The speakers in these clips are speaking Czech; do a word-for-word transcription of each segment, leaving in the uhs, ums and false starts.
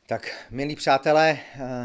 Tak, milí přátelé,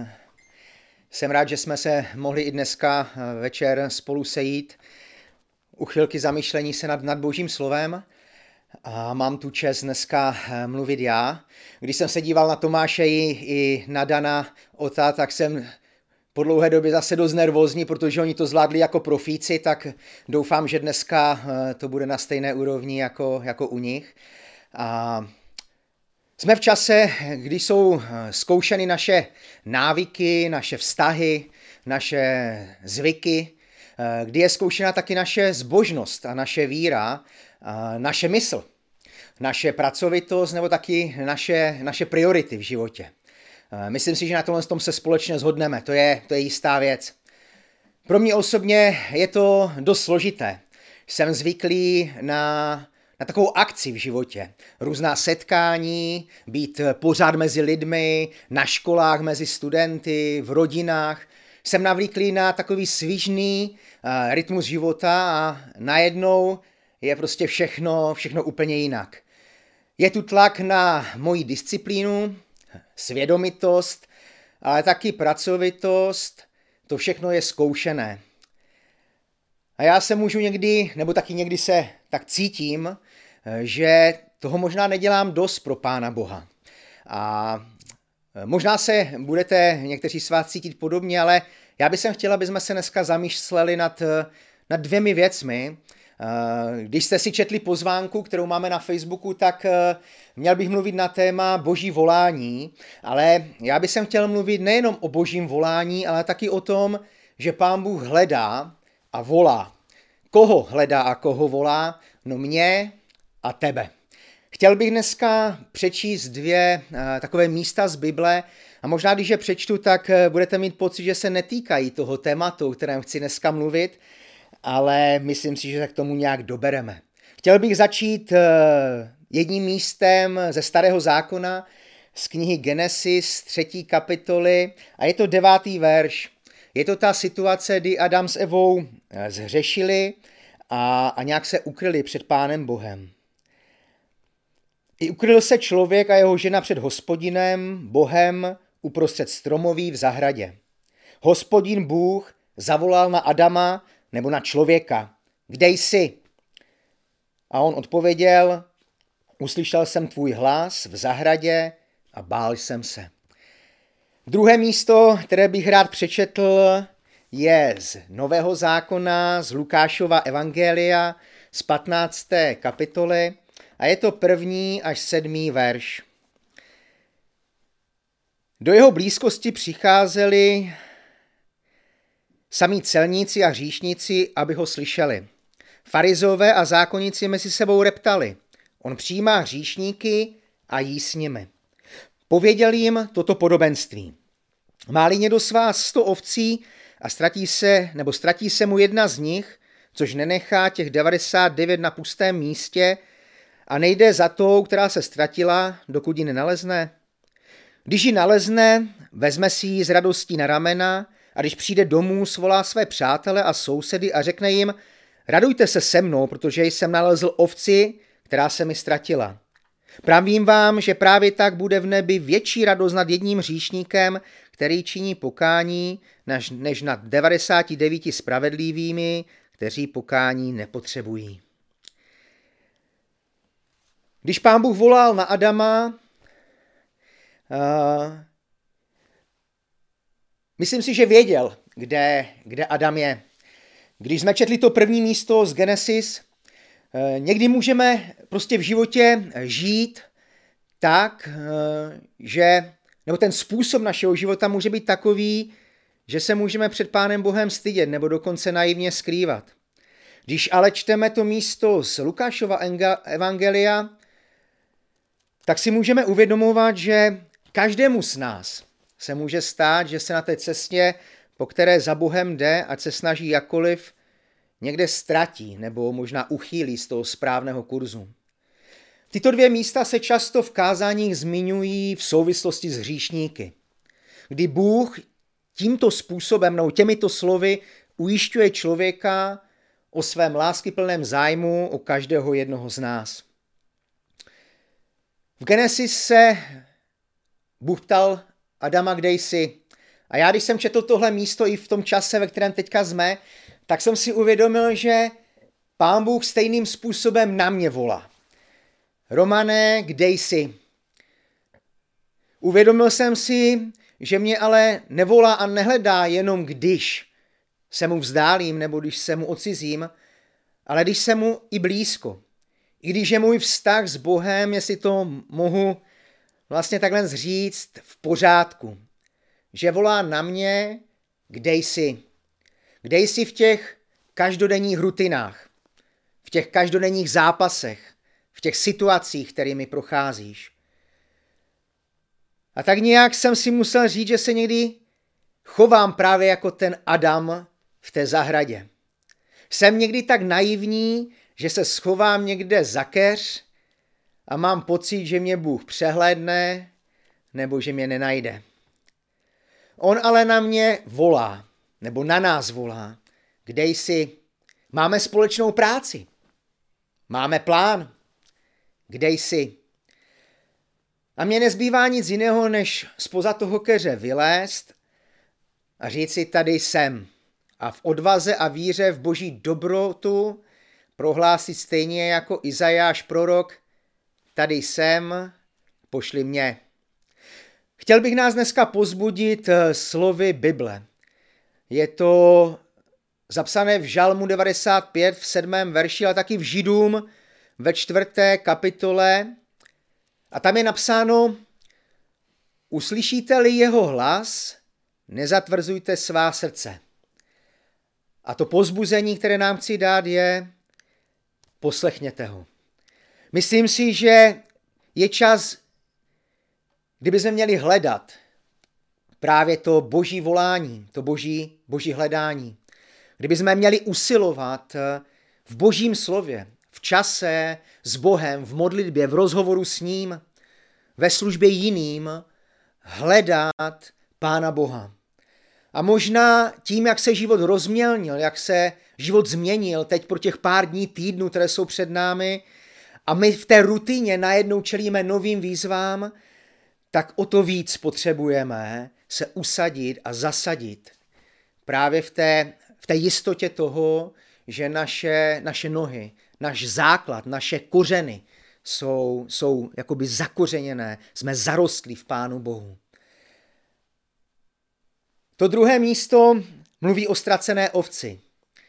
jsem rád, že jsme se mohli i dneska večer spolu sejít u chvilky zamyšlení se nad, nad Božím slovem. A mám tu čest dneska mluvit já. Když jsem se díval na Tomáše i, i na Dana Ota, tak jsem po dlouhé době zase dost nervózní, protože oni to zvládli jako profíci, tak doufám, že dneska to bude na stejné úrovni jako, jako u nich. A jsme v čase, kdy jsou zkoušeny naše návyky, naše vztahy, naše zvyky, kdy je zkoušena taky naše zbožnost a naše víra, a naše mysl, naše pracovitost nebo taky naše, naše priority v životě. Myslím si, že na tomhle tom se společně shodneme, to je, to je jistá věc. Pro mě osobně je to dost složité. Jsem zvyklý na... na takovou akci v životě. Různá setkání, být pořád mezi lidmi, na školách mezi studenty, v rodinách. Jsem navlíklý na takový svižný uh, rytmus života a najednou je prostě všechno, všechno úplně jinak. Je tu tlak na moji disciplínu, svědomitost, ale taky pracovitost. To všechno je zkoušené. A já se můžu někdy, nebo taky někdy se tak cítím, že toho možná nedělám dost pro Pána Boha. A možná se budete někteří z vás cítit podobně, ale já bych chtěla, aby jsme se dneska zamýšleli nad, nad dvěmi věcmi. Když jste si četli pozvánku, kterou máme na Facebooku, tak měl bych mluvit na téma Boží volání, ale já bych chtěl mluvit nejenom o Božím volání, ale taky o tom, že Pán Bůh hledá a volá. Koho hledá a koho volá? No mě a tebe. Chtěl bych dneska přečíst dvě uh, takové místa z Bible a možná, když je přečtu, tak uh, budete mít pocit, že se netýkají toho tématu, o kterém chci dneska mluvit, ale myslím si, že se k tomu nějak dobereme. Chtěl bych začít uh, jedním místem ze Starého zákona z knihy Genesis, třetí kapitoly a je to devátý verš. Je to ta situace, kdy Adam s Evou zhřešili a, a nějak se ukryli před Pánem Bohem. I ukryl se člověk a jeho žena před Hospodinem, Bohem, uprostřed stromoví v zahradě. Hospodin Bůh zavolal na Adama nebo na člověka. Kde jsi? A on odpověděl, uslyšel jsem tvůj hlas v zahradě a bál jsem se. Druhé místo, které bych rád přečetl, je z Nového zákona, z Lukášova evangelia, z patnácté kapitoly a je to první až sedmý verš. Do jeho blízkosti přicházeli samí celníci a hříšníci, aby ho slyšeli. Farizové a zákonníci mezi sebou reptali. On přijímá hříšníky a jí s nimi. Pověděl jim toto podobenství. Má-li někdo z vás sto ovcí a ztratí se, nebo ztratí se mu jedna z nich, což nenechá těch devadesát devět na pustém místě a nejde za tou, která se ztratila, dokud ji nenalezne. Když ji nalezne, vezme si ji s radostí na ramena a když přijde domů, svolá své přátele a sousedy a řekne jim, radujte se se mnou, protože jsem nalezl ovci, která se mi ztratila. Pravím vám, že právě tak bude v nebi větší radost nad jedním hříšníkem, který činí pokání, než nad devadesáti devíti spravedlivými, kteří pokání nepotřebují. Když Pán Bůh volal na Adama, uh, myslím si, že věděl, kde, kde Adam je. Když jsme četli to první místo z Genesis, někdy můžeme prostě v životě žít tak, že, nebo ten způsob našeho života může být takový, že se můžeme před Pánem Bohem stydět nebo dokonce naivně skrývat. Když ale čteme to místo z Lukášova evangelia, tak si můžeme uvědomovat, že každému z nás se může stát, že se na té cestě, po které za Bohem jde, ať se snaží jakkoliv, někde ztratí nebo možná uchýlí z toho správného kurzu. Tyto dvě místa se často v kázáních zmiňují v souvislosti s hříšníky, kdy Bůh tímto způsobem nebo těmito slovy ujišťuje člověka o svém láskyplném zájmu o každého jednoho z nás. V Genesis se Bůh ptal Adama, kde jsi? A já, když jsem četl tohle místo i v tom čase, ve kterém teďka jsme, tak jsem si uvědomil, že Pán Bůh stejným způsobem na mě volá. Romane, kde jsi? Uvědomil jsem si, že mě ale nevolá a nehledá jenom když se mu vzdálím nebo když se mu odcizím, ale když se mu i blízko. I když je můj vztah s Bohem, jestli to mohu vlastně takhle říct, v pořádku. Že volá na mě, kde jsi. Kde jsi v těch každodenních rutinách, v těch každodenních zápasech, v těch situacích, kterými procházíš. A tak nějak jsem si musel říct, že se někdy chovám právě jako ten Adam v té zahradě. Jsem někdy tak naivní, že se schovám někde za keř a mám pocit, že mě Bůh přehlédne nebo že mě nenajde. On ale na mě volá, nebo na nás volá. Kde jsi? Máme společnou práci. Máme plán. Kde jsi? A mně nezbývá nic jiného, než spoza toho keře vylézt a říct si, tady jsem. A v odvaze a víře v Boží dobrotu prohlásit stejně jako Izajáš prorok, tady jsem, pošli mě. Chtěl bych nás dneska pozbudit slovy Bible. Je to zapsané v Žalmu devadesát pět v sedmém verši, ale taky v Židům ve čtvrté kapitole. A tam je napsáno, uslyšíte-li jeho hlas, nezatvrzujte svá srdce. A to pozbuzení, které nám chci dát, je, poslechněte ho. Myslím si, že je čas, kdybychom měli hledat právě to boží volání, to boží, boží hledání. Kdybychom měli usilovat v božím slově, v čase s Bohem, v modlitbě, v rozhovoru s ním, ve službě jiným, hledat Pána Boha. A možná tím, jak se život rozmělnil, jak se život změnil teď pro těch pár dní, týdnů, které jsou před námi, a my v té rutině najednou čelíme novým výzvám, tak o to víc potřebujeme se usadit a zasadit právě v té, v té jistotě toho, že naše, naše nohy, náš základ, naše kořeny jsou, jsou jakoby zakořeněné, jsme zarostlí v Pánu Bohu. To druhé místo mluví o ztracené ovci.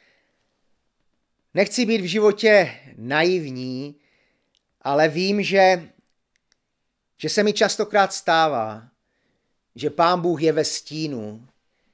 Nechci být v životě naivní, ale vím, že, že se mi častokrát stává, že Pán Bůh je ve stínu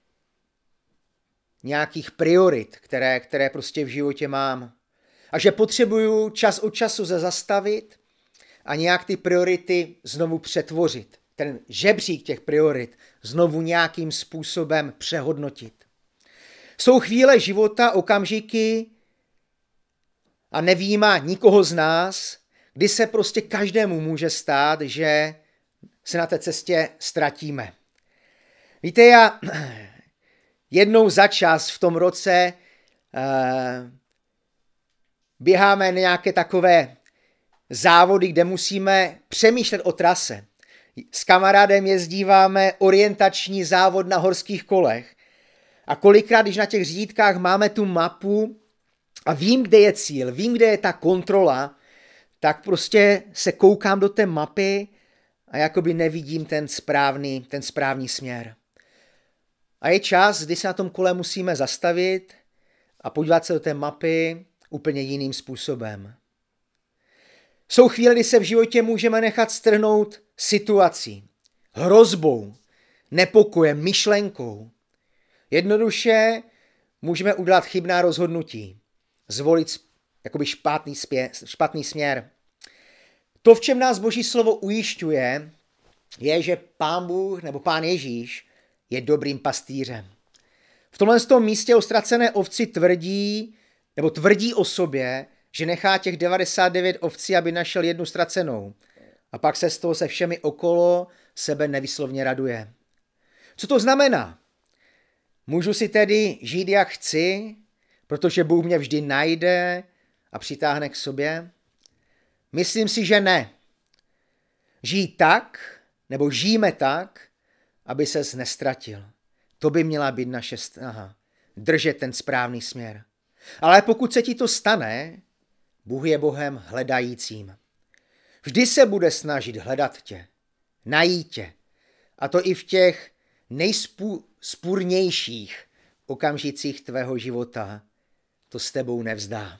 nějakých priorit, které, které prostě v životě mám. A že potřebuju čas od času se zastavit a nějak ty priority znovu přetvořit. Ten žebřík těch priorit znovu nějakým způsobem přehodnotit. Jsou chvíle života, okamžiky a nevímá nikoho z nás, kdy se prostě každému může stát, že se na té cestě ztratíme. Víte, já jednou za čas v tom roce uh, běháme nějaké takové závody, kde musíme přemýšlet o trase. S kamarádem jezdíváme orientační závod na horských kolech. A kolikrát, když na těch řídkách máme tu mapu a vím, kde je cíl, vím, kde je ta kontrola, tak prostě se koukám do té mapy a jakoby nevidím ten správný, ten správný směr. A je čas, kdy se na tom kole musíme zastavit a podívat se do té mapy úplně jiným způsobem. Jsou chvíle, kdy se v životě můžeme nechat strhnout situací, hrozbou, nepokojem, myšlenkou. Jednoduše můžeme udělat chybná rozhodnutí, zvolit jakoby špatný, spě, špatný směr. To, v čem nás Boží slovo ujišťuje, je, že Pán Bůh nebo Pán Ježíš je dobrým pastýřem. V tomhle tom místě o ztracené ovci tvrdí, nebo tvrdí o sobě, že nechá těch devadesát devět ovcí, aby našel jednu ztracenou. A pak se z toho se všemi okolo sebe nevyslovně raduje. Co to znamená? Můžu si tedy žít, jak chci, protože Bůh mě vždy najde a přitáhne k sobě? Myslím si, že ne. Žít tak, nebo žijeme tak, aby ses nestratil. To by měla být naše snaha. Držet ten správný směr. Ale pokud se ti to stane, Bůh je Bohem hledajícím. Vždy se bude snažit hledat tě, najít tě. A to i v těch nejspůrnějších okamžicích tvého života. To s tebou nevzdá.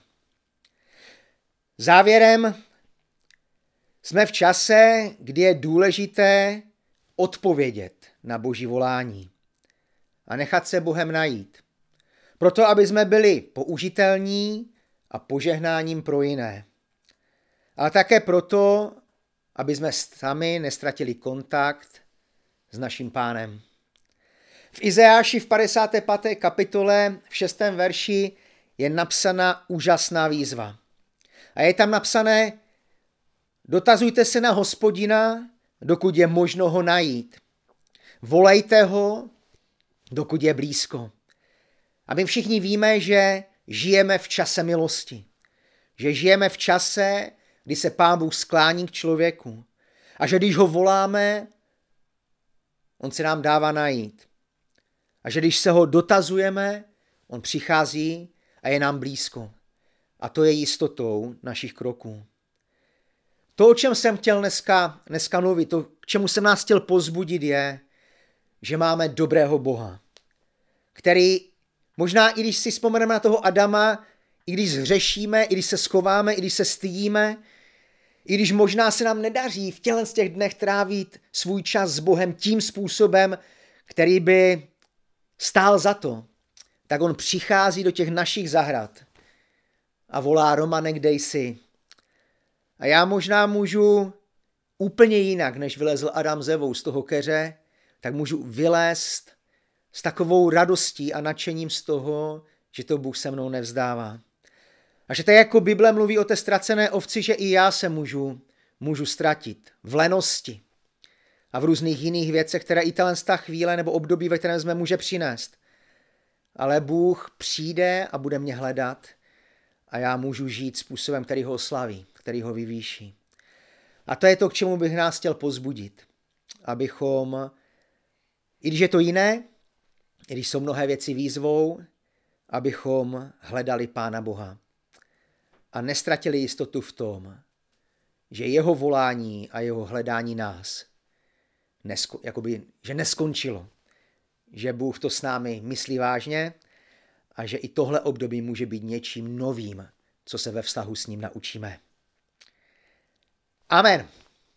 Závěrem jsme v čase, kdy je důležité odpovědět na Boží volání a nechat se Bohem najít. Proto, aby jsme byli použitelní a požehnáním pro jiné. Ale také proto, aby jsme sami nestratili kontakt s naším Pánem. V Izajáši v padesáté páté kapitole v šestém verši je napsaná úžasná výzva. A je tam napsané: dotazujte se na Hospodina, dokud je možno ho najít. Volejte ho, dokud je blízko. A my všichni víme, že žijeme v čase milosti. Že žijeme v čase, kdy se Pán Bůh sklání k člověku. A že když ho voláme, on se nám dává najít. A že když se ho dotazujeme, on přichází a je nám blízko. A to je jistotou našich kroků. To, o čem jsem chtěl dneska, dneska mluvit, to, k čemu jsem nás chtěl pozbudit, je, že máme dobrého Boha, který možná, i když si vzpomeneme na toho Adama, i když zhřešíme, i když se schováme, i když se stydíme, i když možná se nám nedaří v těchto těch dnech trávit svůj čas s Bohem tím způsobem, který by stál za to, tak on přichází do těch našich zahrad a volá: Romane, kde jsi? A já možná můžu úplně jinak, než vylezl Adam s Evou z toho keře, tak můžu vylézt s takovou radostí a nadšením z toho, že to Bůh se mnou nevzdává. A že to jako Bible mluví o té ztracené ovci, že i já se můžu, můžu ztratit v lenosti a v různých jiných věcech, které i ta chvíle nebo období, ve kterém jsme může přinést. Ale Bůh přijde a bude mě hledat a já můžu žít způsobem, který ho oslaví, který ho vyvýší. A to je to, k čemu bych nás chtěl pozbudit. Abychom, i když je to jiné, i když jsou mnohé věci výzvou, abychom hledali Pána Boha. A nestratili jistotu v tom, že jeho volání a jeho hledání nás nesko, jakoby, že neskončilo. Že Bůh to s námi myslí vážně a že i tohle období může být něčím novým, co se ve vztahu s ním naučíme. Amen.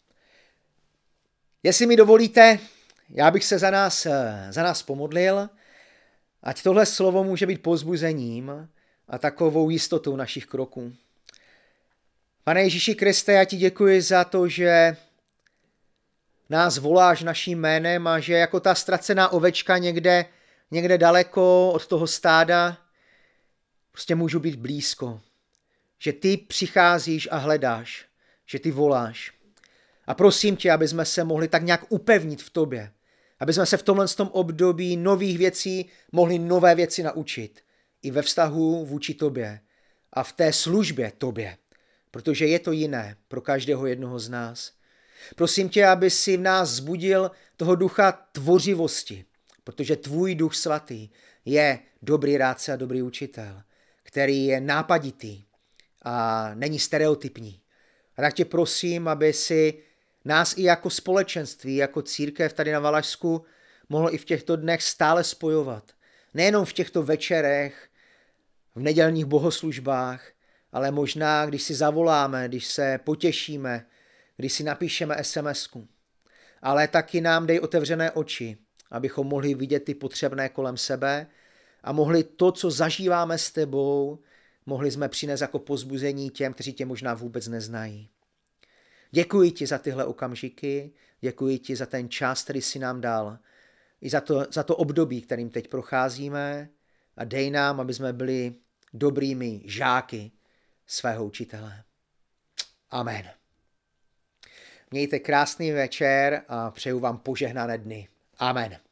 Jestli mi dovolíte, já bych se za nás, za nás pomodlil, ať tohle slovo může být povzbuzením a takovou jistotou našich kroků. Pane Ježíši Kriste, já ti děkuji za to, že nás voláš naším jménem a že jako ta ztracená ovečka někde, někde daleko od toho stáda prostě můžu být blízko. Že ty přicházíš a hledáš, že ty voláš. A prosím tě, aby jsme se mohli tak nějak upevnit v tobě. Aby jsme se v tomhle tom období nových věcí mohli nové věci naučit. I ve vztahu vůči tobě a v té službě tobě. Protože je to jiné pro každého jednoho z nás. Prosím tě, aby si v nás zbudil toho ducha tvořivosti, protože tvůj duch svatý je dobrý rádce a dobrý učitel, který je nápaditý a není stereotypní. A tak tě prosím, aby si nás i jako společenství, jako církev tady na Valašsku mohl i v těchto dnech stále spojovat. Nejenom v těchto večerech, v nedělních bohoslužbách, ale možná, když si zavoláme, když se potěšíme, když si napíšeme es em esku. Ale taky nám dej otevřené oči, abychom mohli vidět ty potřebné kolem sebe a mohli to, co zažíváme s tebou, mohli jsme přinést jako pozbuzení těm, kteří tě možná vůbec neznají. Děkuji ti za tyhle okamžiky, děkuji ti za ten čas, který jsi nám dal, i za to, za to období, kterým teď procházíme a dej nám, aby jsme byli dobrými žáky svého učitele. Amen. Mějte krásný večer a přeju vám požehnané dny. Amen.